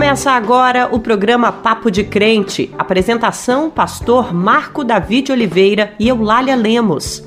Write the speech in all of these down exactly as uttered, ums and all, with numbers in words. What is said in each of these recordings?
Começa agora o programa Papo de Crente. Apresentação, pastor Marco David Oliveira e Eulália Lemos.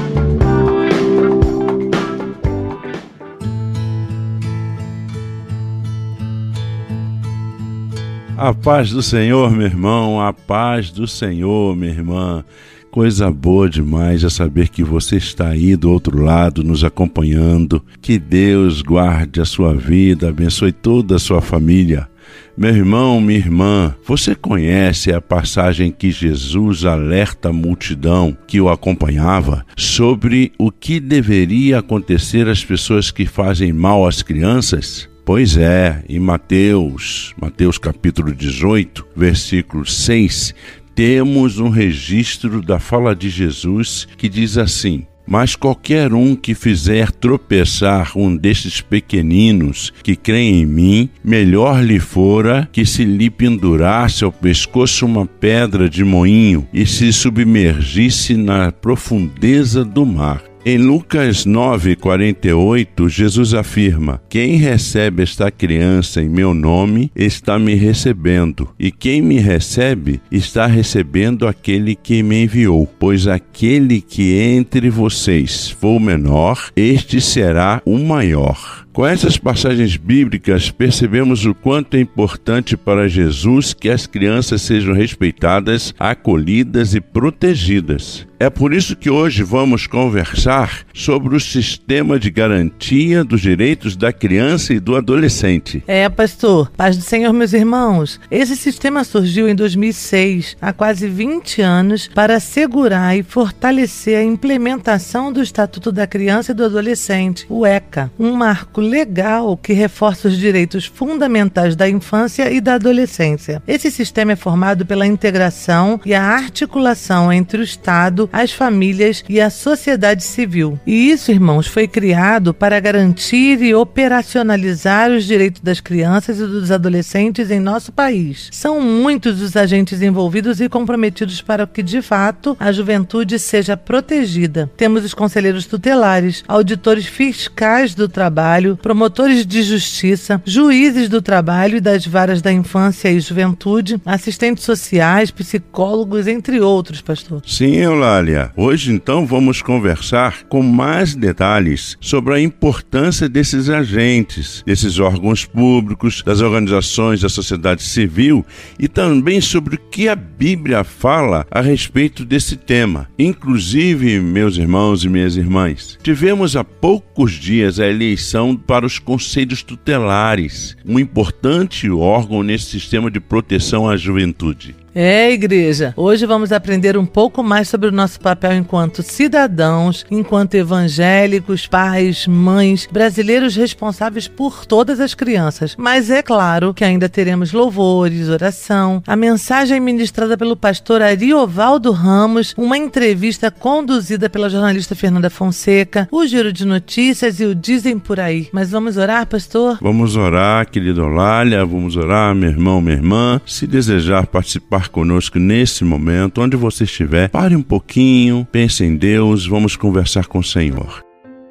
A paz do Senhor, meu irmão, a paz do Senhor, minha irmã. Coisa boa demais é saber que você está aí do outro lado nos acompanhando. Que Deus guarde a sua vida, abençoe toda a sua família. Meu irmão, minha irmã, você conhece a passagem que Jesus alerta a multidão que o acompanhava sobre o que deveria acontecer às pessoas que fazem mal às crianças? Pois é, em Mateus, Mateus capítulo dezoito, versículo seis, temos um registro da fala de Jesus que diz assim: mas qualquer um que fizer tropeçar um destes pequeninos que creem em mim, melhor lhe fora que se lhe pendurasse ao pescoço uma pedra de moinho e se submergisse na profundeza do mar. Em Lucas nove, quarenta e oito, Jesus afirma: quem recebe esta criança em meu nome, está me recebendo, e quem me recebe, está recebendo aquele que me enviou. Pois aquele que entre vocês for o menor, este será o maior. Com essas passagens bíblicas, percebemos o quanto é importante para Jesus que as crianças sejam respeitadas, acolhidas e protegidas. É por isso que hoje vamos conversar sobre o sistema de garantia dos direitos da criança e do adolescente. É, pastor, paz do Senhor, meus irmãos. Esse sistema surgiu em dois mil e seis, há quase vinte anos, para assegurar e fortalecer a implementação do Estatuto da Criança e do Adolescente, o ECA, um marco legal que reforça os direitos fundamentais da infância e da adolescência. Esse sistema é formado pela integração e a articulação entre o Estado, as famílias e a sociedade civil. E isso, irmãos, foi criado para garantir e operacionalizar os direitos das crianças e dos adolescentes em nosso país. São muitos os agentes envolvidos e comprometidos para que, de fato, a juventude seja protegida. Temos os conselheiros tutelares, auditores fiscais do trabalho, promotores de justiça, juízes do trabalho e das varas da infância e juventude, assistentes sociais, psicólogos, entre outros, pastor. Sim, Eulália. Hoje, então, vamos conversar com mais detalhes sobre a importância desses agentes, desses órgãos públicos, das organizações da sociedade civil e também sobre o que a Bíblia fala a respeito desse tema. Inclusive, meus irmãos e minhas irmãs, tivemos há poucos dias a eleição para os conselhos tutelares, um importante órgão nesse sistema de proteção à juventude. É, igreja, hoje vamos aprender um pouco mais sobre o nosso papel enquanto cidadãos, enquanto evangélicos, pais, mães, brasileiros responsáveis por todas as crianças. Mas é claro que ainda teremos louvores, oração, a mensagem ministrada pelo pastor Ariovaldo Ramos, uma entrevista conduzida pela jornalista Fernanda Fonseca, o Giro de Notícias e o Dizem Por Aí. Mas vamos orar, pastor? Vamos orar, querida Eulália, vamos orar, meu irmão, minha irmã. Se desejar participar conosco nesse momento, onde você estiver, pare um pouquinho, pense em Deus, vamos conversar com o Senhor.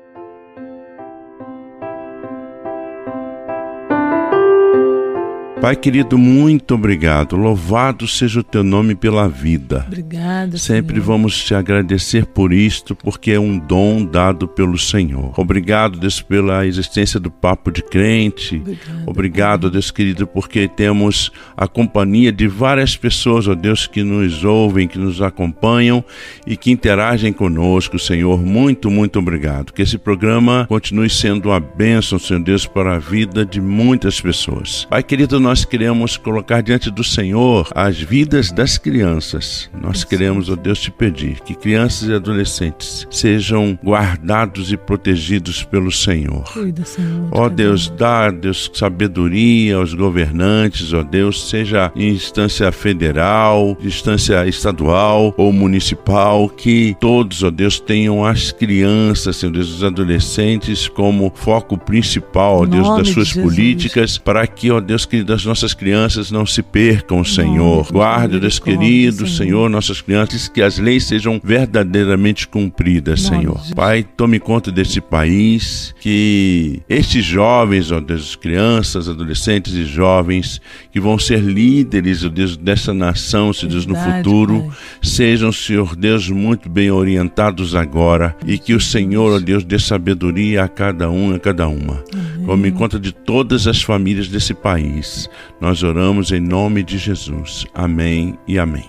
Pai querido, muito obrigado. Louvado seja o teu nome pela vida. Obrigada, Sempre Senhor. Vamos te agradecer por isto, porque é um dom dado pelo Senhor. Obrigado, Deus, pela existência do Papo de Crente. Obrigada, Obrigado, Pai. Deus querido, porque temos a companhia de várias pessoas, ó Deus, que nos ouvem, que nos acompanham e que interagem conosco, Senhor. Muito, muito obrigado. Que esse programa continue sendo uma bênção, Senhor Deus, para a vida de muitas pessoas. Pai querido, nós Nós queremos colocar diante do Senhor as vidas das crianças. Nós queremos, ó Deus, te pedir que crianças e adolescentes sejam guardados e protegidos pelo Senhor. Cuida, Senhor. Ó Deus, dá, Deus, sabedoria aos governantes, ó Deus, seja em instância federal, instância estadual ou municipal, que todos, ó Deus, tenham as crianças, Senhor Deus, os adolescentes como foco principal, ó Deus, das suas políticas, para que, ó Deus, querido, as nossas crianças não se percam, Senhor. Guarde, Deus querido, Senhor, nossas crianças, que as leis sejam verdadeiramente cumpridas, Senhor. Pai, tome conta desse país, que estes jovens, ó Deus, crianças, adolescentes e jovens, que vão ser líderes, ó Deus, dessa nação, se Deus, no futuro, Pai, sejam, Senhor Deus, muito bem orientados agora, e que o Senhor, ó Deus, dê sabedoria a cada um e a cada uma. Amém. Tome conta de todas as famílias desse país. Nós oramos em nome de Jesus. Amém e amém.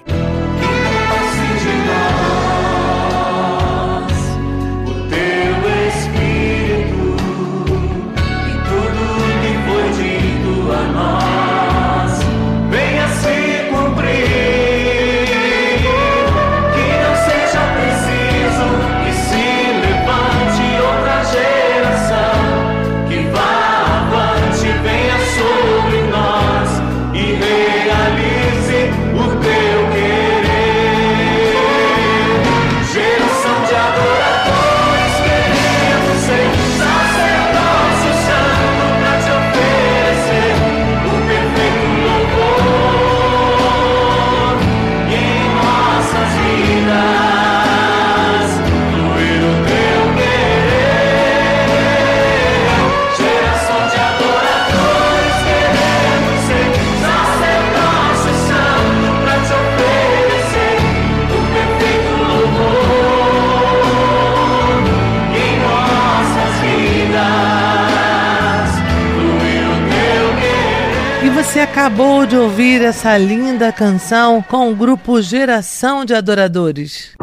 Você acabou de ouvir essa linda canção com o grupo Geração de Adoradores.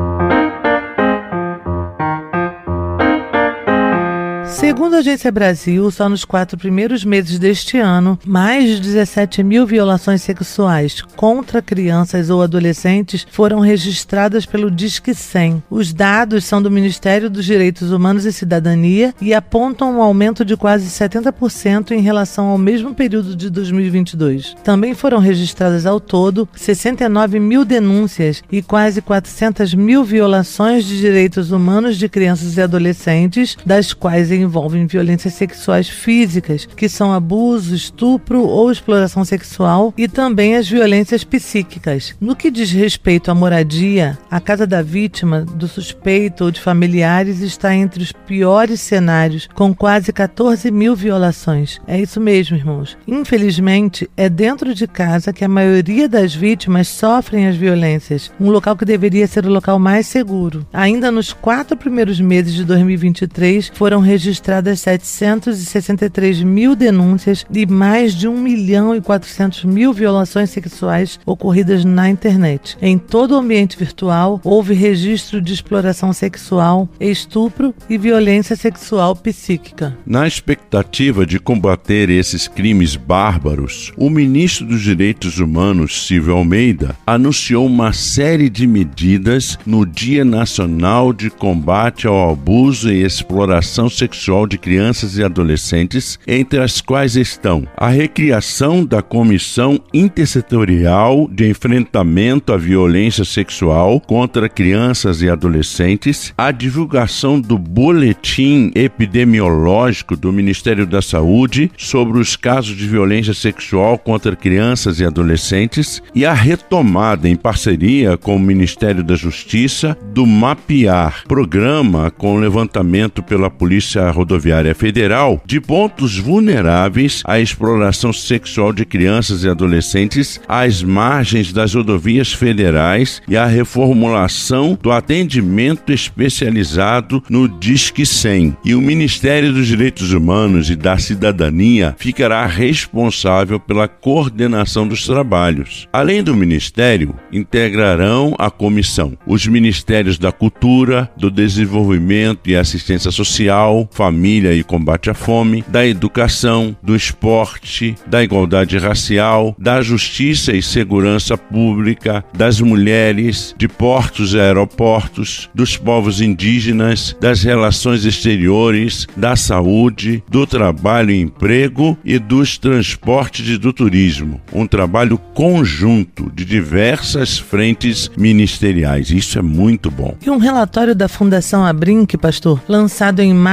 Segundo a Agência Brasil, só nos quatro primeiros meses deste ano, mais de dezessete mil violações sexuais contra crianças ou adolescentes foram registradas pelo Disque cem. Os dados são do Ministério dos Direitos Humanos e Cidadania e apontam um aumento de quase setenta por cento em relação ao mesmo período de dois mil e vinte e dois. Também foram registradas ao todo sessenta e nove mil denúncias e quase quatrocentas mil violações de direitos humanos de crianças e adolescentes, das quais em envolvem violências sexuais físicas, que são abuso, estupro ou exploração sexual, e também as violências psíquicas. No que diz respeito à moradia, a casa da vítima, do suspeito ou de familiares está entre os piores cenários, com quase quatorze mil violações. É isso mesmo, irmãos. Infelizmente, é dentro de casa que a maioria das vítimas sofrem as violências, um local que deveria ser o local mais seguro. Ainda nos quatro primeiros meses de dois mil e vinte e três, foram registradas setecentos e sessenta e três mil denúncias e mais de um milhão e quatrocentos mil violações sexuais ocorridas na internet. Em todo o ambiente virtual, houve registro de exploração sexual, estupro e violência sexual psíquica. Na expectativa de combater esses crimes bárbaros, o ministro dos Direitos Humanos, Silvio Almeida, anunciou uma série de medidas no Dia Nacional de Combate ao Abuso e Exploração Sexual de crianças e adolescentes, entre as quais estão a recriação da Comissão Intersetorial de Enfrentamento à Violência Sexual contra Crianças e Adolescentes, a divulgação do Boletim Epidemiológico do Ministério da Saúde sobre os casos de violência sexual contra crianças e adolescentes e a retomada, em parceria com o Ministério da Justiça, do MAPEAR, programa com levantamento pela Polícia Rodoviária Federal de pontos vulneráveis à exploração sexual de crianças e adolescentes às margens das rodovias federais e a reformulação do atendimento especializado no Disque cem. E o Ministério dos Direitos Humanos e da Cidadania ficará responsável pela coordenação dos trabalhos. Além do Ministério, integrarão a comissão os Ministérios da Cultura, do Desenvolvimento e Assistência Social, Família e Combate à Fome, da Educação, do Esporte, da Igualdade Racial, da Justiça e Segurança Pública, das Mulheres, de Portos e Aeroportos, dos Povos Indígenas, das Relações Exteriores, da Saúde, do Trabalho e Emprego e dos Transportes e do Turismo. Um trabalho conjunto de diversas frentes ministeriais. Isso é muito bom. E um relatório da Fundação Abrinq, pastor, lançado em março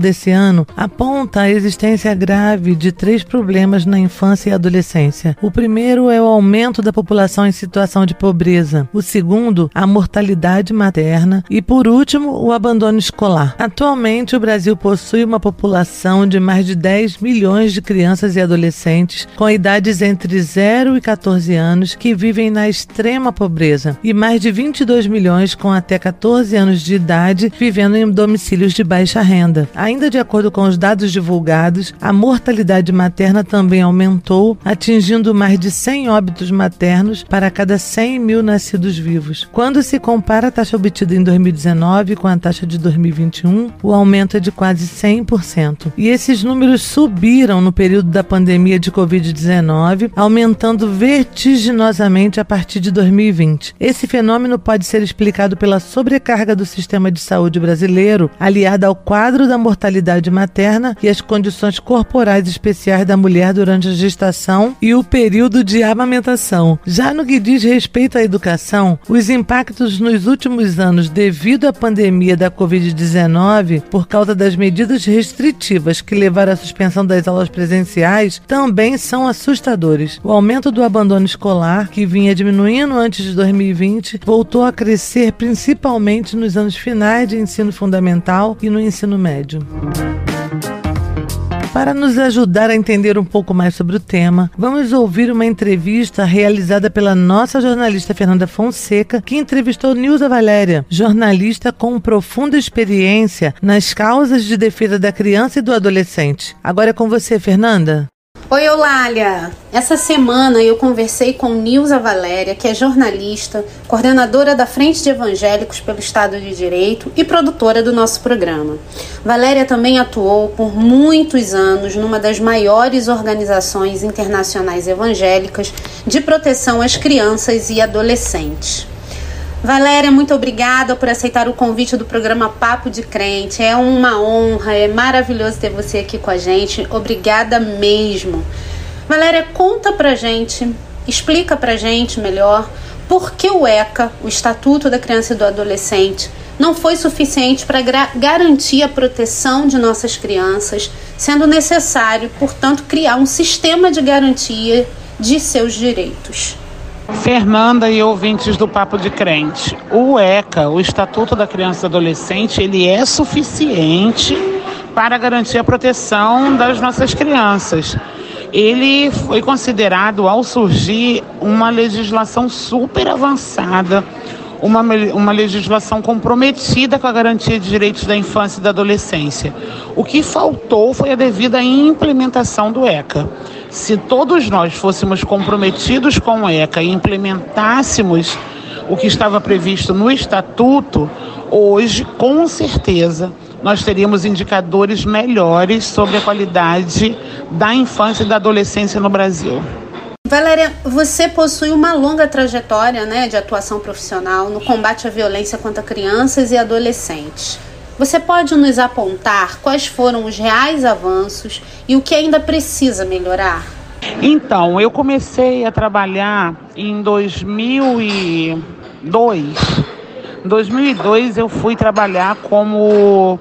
desse ano aponta a existência grave de três problemas na infância e adolescência. O primeiro é o aumento da população em situação de pobreza. O segundo, a mortalidade materna. E, por último, o abandono escolar. Atualmente, o Brasil possui uma população de mais de dez milhões de crianças e adolescentes com idades entre zero e catorze anos que vivem na extrema pobreza e mais de vinte e dois milhões com até catorze anos de idade vivendo em domicílios de baixa renda. Ainda de acordo com os dados divulgados, a mortalidade materna também aumentou, atingindo mais de cem óbitos maternos para cada cem mil nascidos vivos. Quando se compara a taxa obtida em dois mil e dezenove com a taxa de dois mil e vinte e um, o aumento é de quase cem por cento. E esses números subiram no período da pandemia de covid dezenove, aumentando vertiginosamente a partir de dois mil e vinte. Esse fenômeno pode ser explicado pela sobrecarga do sistema de saúde brasileiro, aliada ao quadro da mortalidade materna e as condições corporais especiais da mulher durante a gestação e o período de amamentação. Já no que diz respeito à educação, os impactos nos últimos anos devido à pandemia da covid dezenove, por causa das medidas restritivas que levaram à suspensão das aulas presenciais, também são assustadores. O aumento do abandono escolar, que vinha diminuindo antes de dois mil e vinte, voltou a crescer principalmente nos anos finais de ensino fundamental e no ensino médio. Para nos ajudar a entender um pouco mais sobre o tema, vamos ouvir uma entrevista realizada pela nossa jornalista Fernanda Fonseca, que entrevistou Nilza Valéria, jornalista com profunda experiência nas causas de defesa da criança e do adolescente. Agora é com você, Fernanda. Oi, Eulália! Essa semana eu conversei com Nilza Valéria, que é jornalista, coordenadora da Frente de Evangélicos pelo Estado de Direito e produtora do nosso programa. Valéria também atuou por muitos anos numa das maiores organizações internacionais evangélicas de proteção às crianças e adolescentes. Valéria, muito obrigada por aceitar o convite do programa Papo de Crente. É uma honra, é maravilhoso ter você aqui com a gente. Obrigada mesmo. Valéria, conta pra gente, explica pra gente melhor por que o ECA, o Estatuto da Criança e do Adolescente, não foi suficiente para gra- garantir a proteção de nossas crianças, sendo necessário, portanto, criar um sistema de garantia de seus direitos. Fernanda e ouvintes do Papo de Crente, o ECA, o Estatuto da Criança e do Adolescente, ele é suficiente para garantir a proteção das nossas crianças. Ele foi considerado, ao surgir, uma legislação super avançada, uma, uma legislação comprometida com a garantia de direitos da infância e da adolescência. O que faltou foi a devida implementação do ECA. Se todos nós fôssemos comprometidos com o ECA e implementássemos o que estava previsto no Estatuto, hoje, com certeza, nós teríamos indicadores melhores sobre a qualidade da infância e da adolescência no Brasil. Valéria, você possui uma longa trajetória, né, de atuação profissional no combate à violência contra crianças e adolescentes. Você pode nos apontar quais foram os reais avanços e o que ainda precisa melhorar? Então, eu comecei a trabalhar em dois mil e dois. Em dois mil e dois eu fui trabalhar como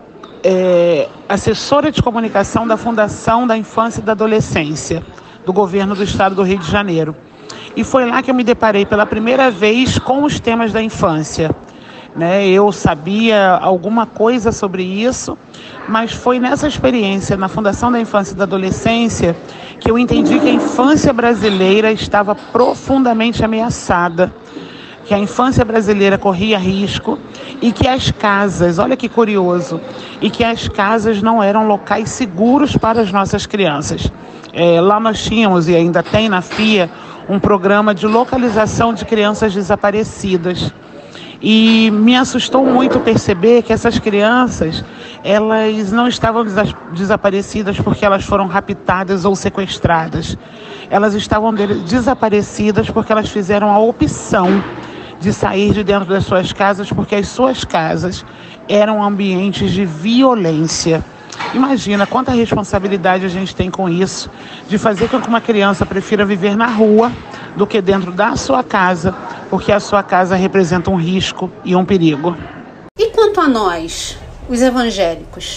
é, assessora de comunicação da Fundação da Infância e da Adolescência, do governo do estado do Rio de Janeiro. E foi lá que eu me deparei pela primeira vez com os temas da infância. Né, eu sabia alguma coisa sobre isso, mas foi nessa experiência na Fundação da Infância e da Adolescência que eu entendi que a infância brasileira estava profundamente ameaçada, que a infância brasileira corria risco e que as casas, olha que curioso, e que as casas não eram locais seguros para as nossas crianças. É, lá nós tínhamos, e ainda tem na F I A, um programa de localização de crianças desaparecidas. E me assustou muito perceber que essas crianças, elas não estavam desa- desaparecidas porque elas foram raptadas ou sequestradas. Elas estavam de- desaparecidas porque elas fizeram a opção de sair de dentro das suas casas porque as suas casas eram ambientes de violência. Imagina quanta responsabilidade a gente tem com isso, de fazer com que uma criança prefira viver na rua do que dentro da sua casa, porque a sua casa representa um risco e um perigo. E quanto a nós, os evangélicos?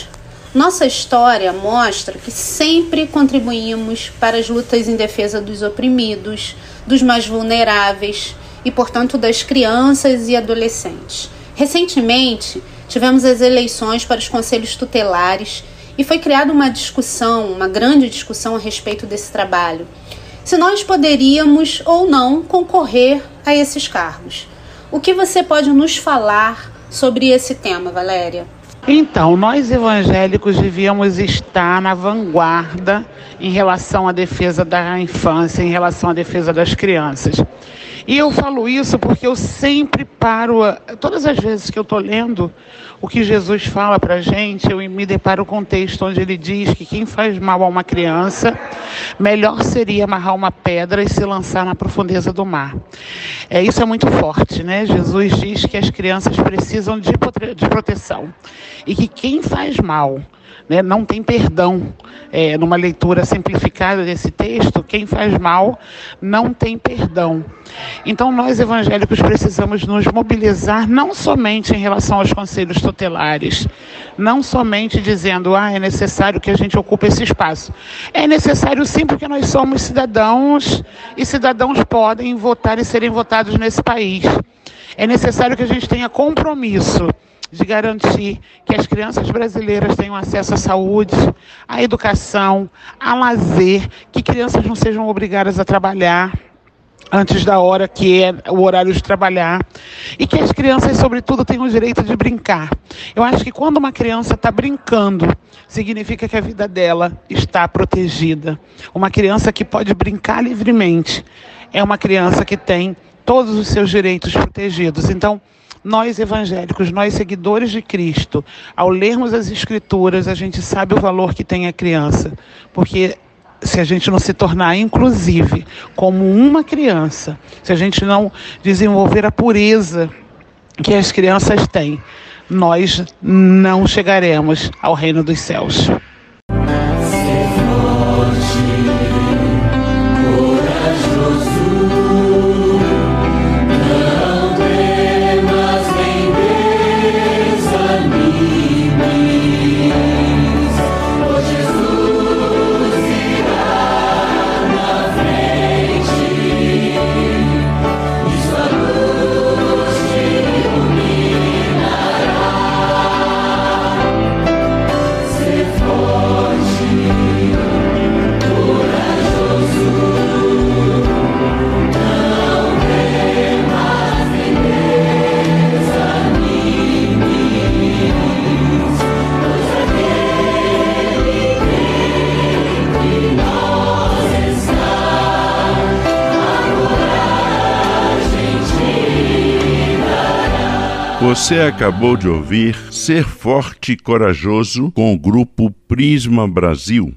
Nossa história mostra que sempre contribuímos para as lutas em defesa dos oprimidos, dos mais vulneráveis e, portanto, das crianças e adolescentes. Recentemente, tivemos as eleições para os conselhos tutelares e foi criada uma discussão, uma grande discussão a respeito desse trabalho. Se nós poderíamos ou não concorrer a esses cargos. O que você pode nos falar sobre esse tema, Valéria? Então, nós evangélicos devíamos estar na vanguarda em relação à defesa da infância, em relação à defesa das crianças. E eu falo isso porque eu sempre paro, todas as vezes que eu estou lendo o que Jesus fala para a gente, eu me deparo com o texto onde ele diz que quem faz mal a uma criança, melhor seria amarrar uma pedra e se lançar na profundeza do mar. É, isso é muito forte, né? Jesus diz que as crianças precisam de, de proteção e que quem faz mal, né, não tem perdão. É, numa leitura simplificada desse texto, quem faz mal não tem perdão. Então nós evangélicos precisamos nos mobilizar não somente em relação aos conselhos tutelares, não somente dizendo, ah, é necessário que a gente ocupe esse espaço. É necessário sim, porque nós somos cidadãos e cidadãos podem votar e serem votados nesse país. É necessário que a gente tenha compromisso de garantir que as crianças brasileiras tenham acesso à saúde, à educação, a lazer, que crianças não sejam obrigadas a trabalhar antes da hora que é o horário de trabalhar, e que as crianças, sobretudo, tenham o direito de brincar. Eu acho que quando uma criança está brincando, significa que a vida dela está protegida. Uma criança que pode brincar livremente é uma criança que tem todos os seus direitos protegidos. Então, nós evangélicos, nós seguidores de Cristo, ao lermos as Escrituras, a gente sabe o valor que tem a criança, porque se a gente não se tornar inclusive como uma criança, se a gente não desenvolver a pureza que as crianças têm, nós não chegaremos ao reino dos céus. Você acabou de ouvir Ser Forte e Corajoso com o grupo Prisma Brasil.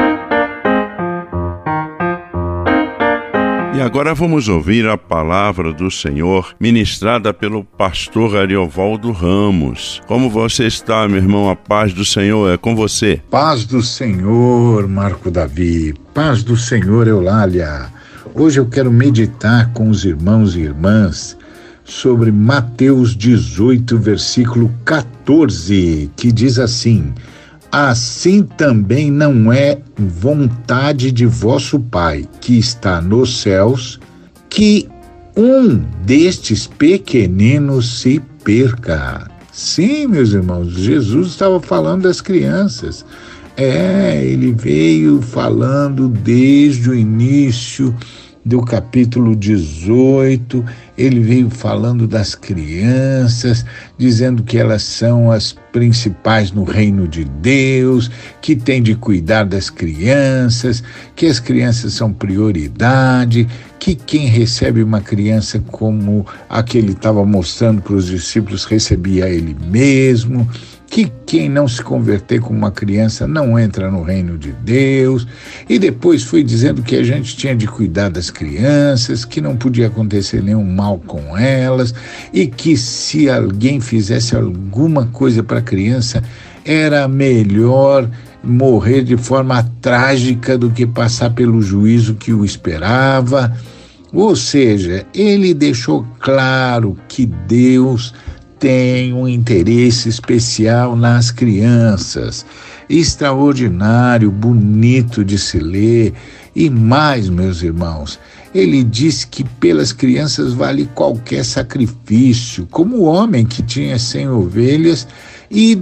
E agora vamos ouvir a palavra do Senhor ministrada pelo pastor Ariovaldo Ramos. Como você está, meu irmão? A paz do Senhor é com você. Paz do Senhor, Marco Davi. Paz do Senhor, Eulália. Hoje eu quero meditar com os irmãos e irmãs sobre Mateus dezoito, versículo quatorze, que diz assim: assim também não é vontade de vosso Pai, que está nos céus, que um destes pequeninos se perca. Sim, meus irmãos, Jesus estava falando das crianças. É, ele veio falando desde o início do capítulo dezoito, ele veio falando das crianças, dizendo que elas são as principais no reino de Deus, que tem de cuidar das crianças, que as crianças são prioridade, que quem recebe uma criança como a que ele estava mostrando para os discípulos recebia ele mesmo, que quem não se converter como uma criança não entra no reino de Deus, e depois foi dizendo que a gente tinha de cuidar das crianças, que não podia acontecer nenhum mal com elas, e que se alguém fizesse alguma coisa para a criança, era melhor morrer de forma trágica do que passar pelo juízo que o esperava. Ou seja, ele deixou claro que Deus tem um interesse especial nas crianças. extraordinário, bonito de se ler. E mais, meus irmãos, ele disse que pelas crianças vale qualquer sacrifício, como o homem que tinha cem ovelhas e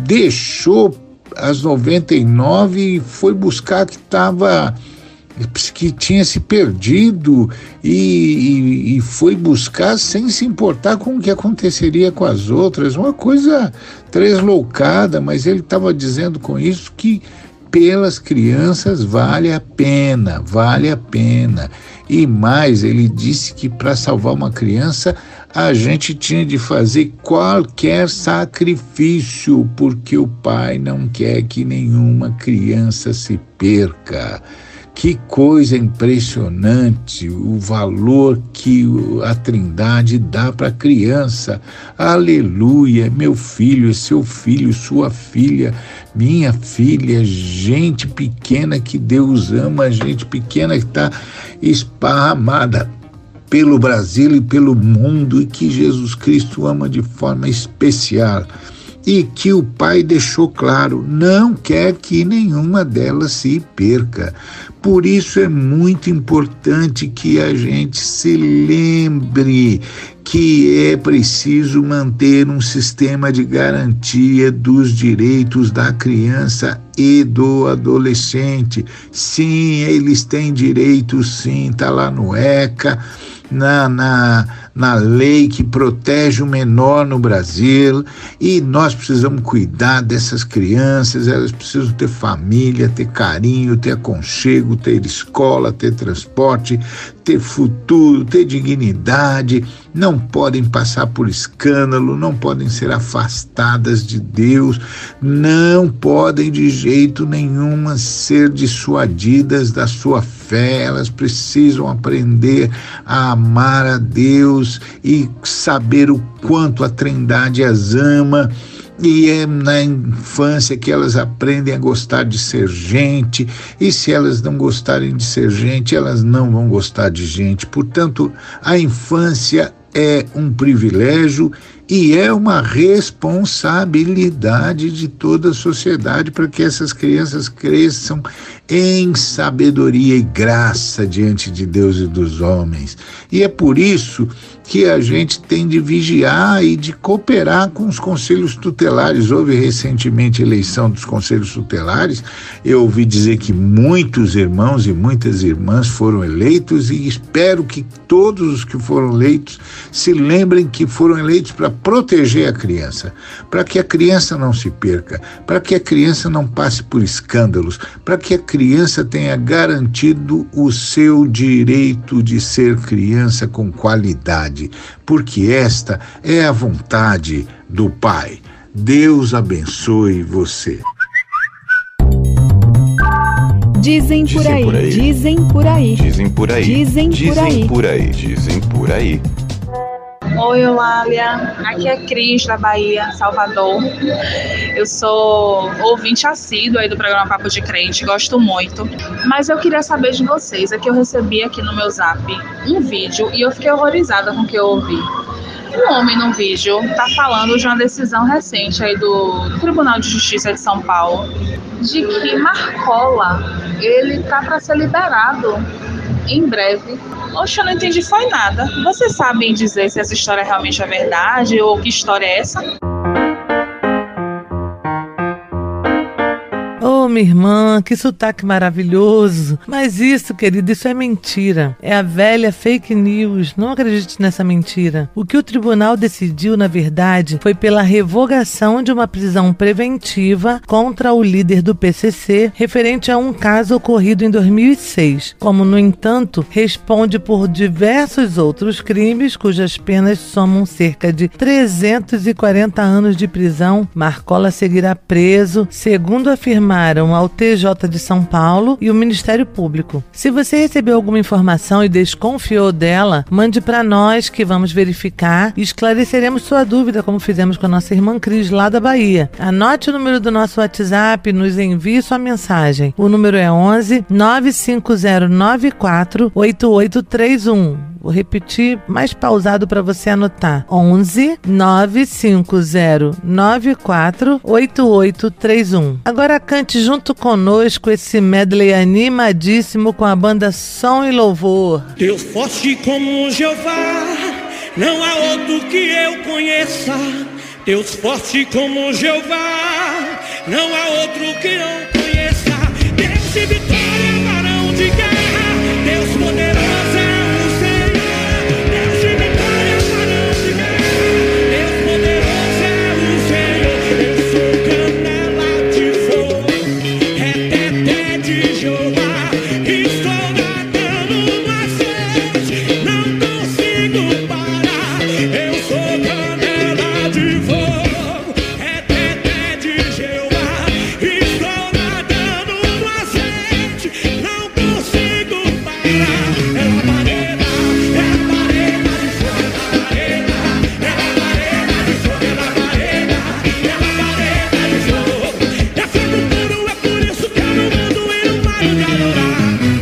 deixou as noventa e nove e foi buscar que estava... que tinha se perdido e, e, e foi buscar sem se importar com o que aconteceria com as outras, uma coisa tresloucada, mas ele estava dizendo com isso que pelas crianças vale a pena, vale a pena. E mais, ele disse que para salvar uma criança a gente tinha de fazer qualquer sacrifício, porque o Pai não quer que nenhuma criança se perca. Que coisa impressionante o valor que a Trindade dá para a criança. Aleluia, meu filho, seu filho, sua filha, minha filha, gente pequena que Deus ama, gente pequena que está esparramada pelo Brasil e pelo mundo e que Jesus Cristo ama de forma especial. E que o Pai deixou claro, não quer que nenhuma delas se perca. Por isso é muito importante que a gente se lembre que é preciso manter um sistema de garantia dos direitos da criança e do adolescente. Sim, eles têm direitos, sim, está lá no ECA, na, na, na lei que protege o menor no Brasil, e nós precisamos cuidar dessas crianças, elas precisam ter família, ter carinho, ter aconchego, ter escola, ter transporte, ter futuro, ter dignidade, não podem passar por escândalo, não podem ser afastadas de Deus, não podem de jeito nenhum ser dissuadidas da sua fé, elas precisam aprender a amar a Deus e saber o quanto a Trindade as ama. E é na infância que elas aprendem a gostar de ser gente, e se elas não gostarem de ser gente, elas não vão gostar de gente. Portanto, a infância é um privilégio e é uma responsabilidade de toda a sociedade para que essas crianças cresçam em sabedoria e graça diante de Deus e dos homens. E é por isso que a gente tem de vigiar e de cooperar com os conselhos tutelares. Houve recentemente eleição dos conselhos tutelares, eu ouvi dizer que muitos irmãos e muitas irmãs foram eleitos, e espero que todos os que foram eleitos se lembrem que foram eleitos para proteger a criança, para que a criança não se perca, para que a criança não passe por escândalos, para que a criança tenha garantido o seu direito de ser criança com qualidade, porque esta é a vontade do Pai. Deus abençoe você. Dizem por aí, dizem por aí, dizem por aí, dizem por aí, dizem por aí, dizem por aí. Oi, Eulália, aqui é Cris, da Bahia, Salvador. Eu sou ouvinte assíduo aí do programa Papo de Crente, gosto muito. Mas eu queria saber de vocês, é que eu recebi aqui no meu zap um vídeo e eu fiquei horrorizada com o que eu ouvi. Um homem no vídeo está falando de uma decisão recente aí do Tribunal de Justiça de São Paulo, de que Marcola, ele tá para ser liberado em breve. Oxe, eu não entendi foi nada. Vocês sabem dizer se essa história realmente é verdade ou que história é essa? Ô, minha irmã, que sotaque maravilhoso. Mas isso, querido, isso é mentira. É a velha fake news. Não acredite nessa mentira. O que o tribunal decidiu, na verdade, foi pela revogação de uma prisão preventiva contra o líder do P C C, referente a um caso ocorrido em dois mil e seis. Como, no entanto, responde por diversos outros crimes, cujas penas somam cerca de trezentos e quarenta anos de prisão, Marcola seguirá preso, segundo afirmaram ao T J de São Paulo e o Ministério Público. Se você recebeu alguma informação e desconfiou dela, mande para nós que vamos verificar e esclareceremos sua dúvida, como fizemos com a nossa irmã Cris, lá da Bahia. Anote o número do nosso WhatsApp e nos envie sua mensagem. O número é onze nove cinco zero nove quatro oito oito três um. Vou repetir mais pausado para você anotar. onze nove cinco zero nove quatro oito oito três um. Agora cante junto conosco esse medley animadíssimo com a banda Som e Louvor. Deus forte como Jeová, não há outro que eu conheça. Deus forte como Jeová, não há outro que eu conheça. Deus de vitória, varão de guerra, Deus poderoso é o Senhor. Deus de vitória, varão de guerra, Deus poderoso é o Senhor. Eu sou canela de fogo, é teté de Jeová, estou nadando na sede, não consigo parar. Eu sou canela de fogo, é teté de Jeová, estou nadando na sede, não consigo parar. É a parede, é a parede de fogo, é a parede de fogo, é a parede, é a parede de fogo. É fogo puro, é por isso que eu não mando e não paro de adorar.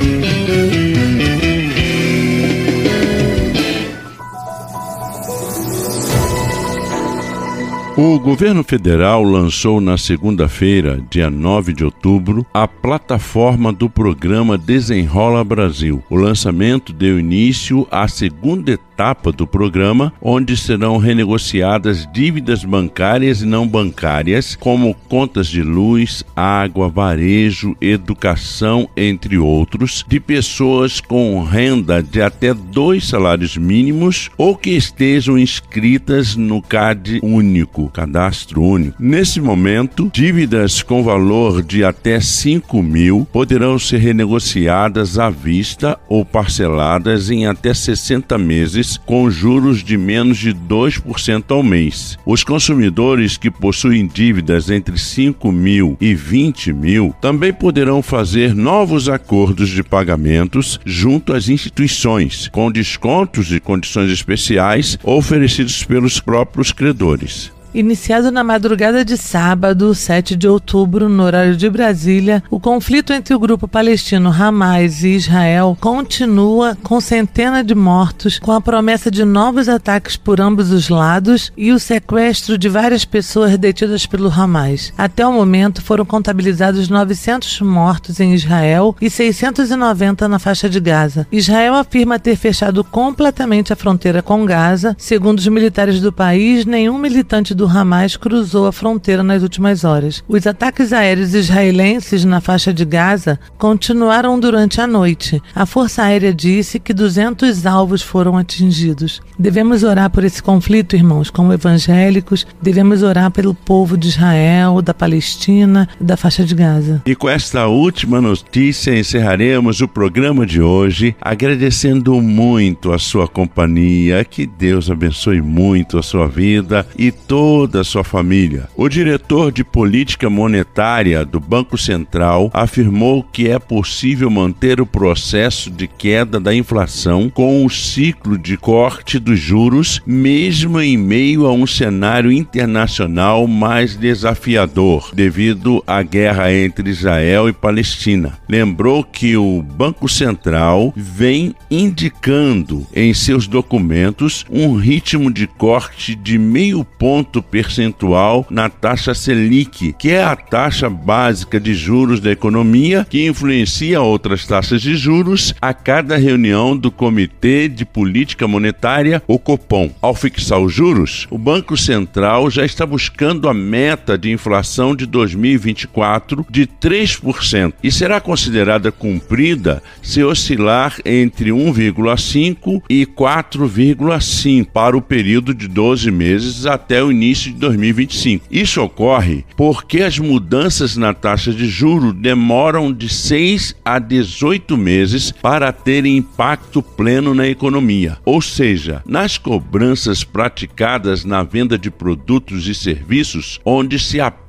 O governo federal lançou na segunda-feira, dia nove de outubro, a plataforma do programa Desenrola Brasil. O lançamento deu início à segunda etapa do programa, onde serão renegociadas dívidas bancárias e não bancárias, como contas de luz, água, varejo, educação, entre outros, de pessoas com renda de até dois salários mínimos ou que estejam inscritas no C A D único. Cadastro único. Nesse momento, dívidas com valor de até cinco mil poderão ser renegociadas à vista ou parceladas em até sessenta meses com juros de menos de dois por cento ao mês. Os consumidores que possuem dívidas entre cinco mil e vinte mil também poderão fazer novos acordos de pagamentos junto às instituições, com descontos e condições especiais oferecidos pelos próprios credores. Iniciado na madrugada de sábado, sete de outubro, no horário de Brasília, o conflito entre o grupo palestino Hamas e Israel continua com centenas de mortos, com a promessa de novos ataques por ambos os lados e o sequestro de várias pessoas detidas pelo Hamas. Até o momento, foram contabilizados novecentos mortos em Israel e seiscentos e noventa na faixa de Gaza. Israel afirma ter fechado completamente a fronteira com Gaza. Segundo os militares do país, nenhum militante do Hamas cruzou a fronteira nas últimas horas. Os ataques aéreos israelenses na faixa de Gaza continuaram durante a noite. A Força Aérea disse que duzentos alvos foram atingidos. Devemos orar por esse conflito, irmãos, como evangélicos. Devemos orar pelo povo de Israel, da Palestina e da faixa de Gaza. E com esta última notícia encerraremos o programa de hoje, agradecendo muito a sua companhia. Que Deus abençoe muito a sua vida e toda toda a sua família. O diretor de política monetária do Banco Central afirmou que é possível manter o processo de queda da inflação com o ciclo de corte dos juros, mesmo em meio a um cenário internacional mais desafiador, devido à guerra entre Israel e Palestina. Lembrou que o Banco Central vem indicando em seus documentos um ritmo de corte de meio ponto percentual na taxa Selic, que é a taxa básica de juros da economia, que influencia outras taxas de juros a cada reunião do Comitê de Política Monetária, o Copom. Ao fixar os juros, o Banco Central já está buscando a meta de inflação de dois mil e vinte e quatro de três por cento e será considerada cumprida se oscilar entre um vírgula cinco e quatro vírgula cinco para o período de doze meses até o início de dois mil e vinte e cinco. Isso ocorre porque as mudanças na taxa de juros demoram de seis a dezoito meses para terem impacto pleno na economia. Ou seja, nas cobranças praticadas na venda de produtos e serviços, onde se aplica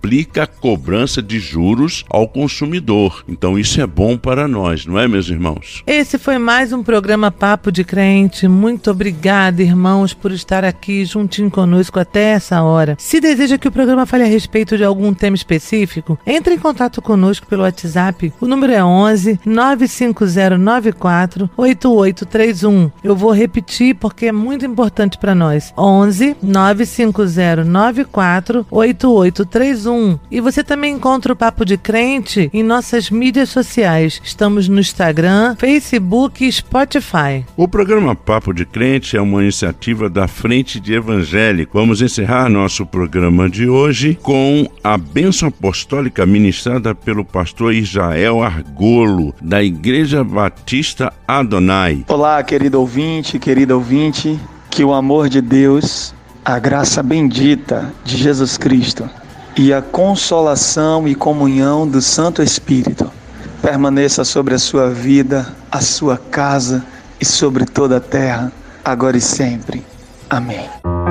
aplica a cobrança de juros ao consumidor. Então isso é bom para nós, não é, meus irmãos? Esse foi mais um programa Papo de Crente. Muito obrigada, irmãos, por estar aqui juntinho conosco até essa hora. Se deseja que o programa fale a respeito de algum tema específico, entre em contato conosco pelo WhatsApp. O número é onze, nove cinco zero nove quatro, oito oito três um. Eu vou repetir porque é muito importante para nós. onze, nove cinco zero nove quatro, oito oito três um. E você também encontra o Papo de Crente em nossas mídias sociais. Estamos no Instagram, Facebook e Spotify. O programa Papo de Crente é uma iniciativa da Frente de Evangélico. Vamos encerrar nosso programa de hoje com a bênção apostólica ministrada pelo pastor Israel Argolo, da Igreja Batista Adonai. Olá, querido ouvinte, querida ouvinte, que o amor de Deus, a graça bendita de Jesus Cristo e a consolação e comunhão do Santo Espírito permaneça sobre a sua vida, a sua casa e sobre toda a terra, agora e sempre. Amém.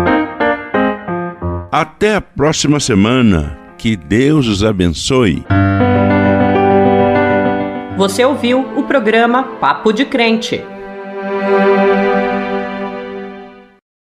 Até a próxima semana. Que Deus os abençoe. Você ouviu o programa Papo de Crente.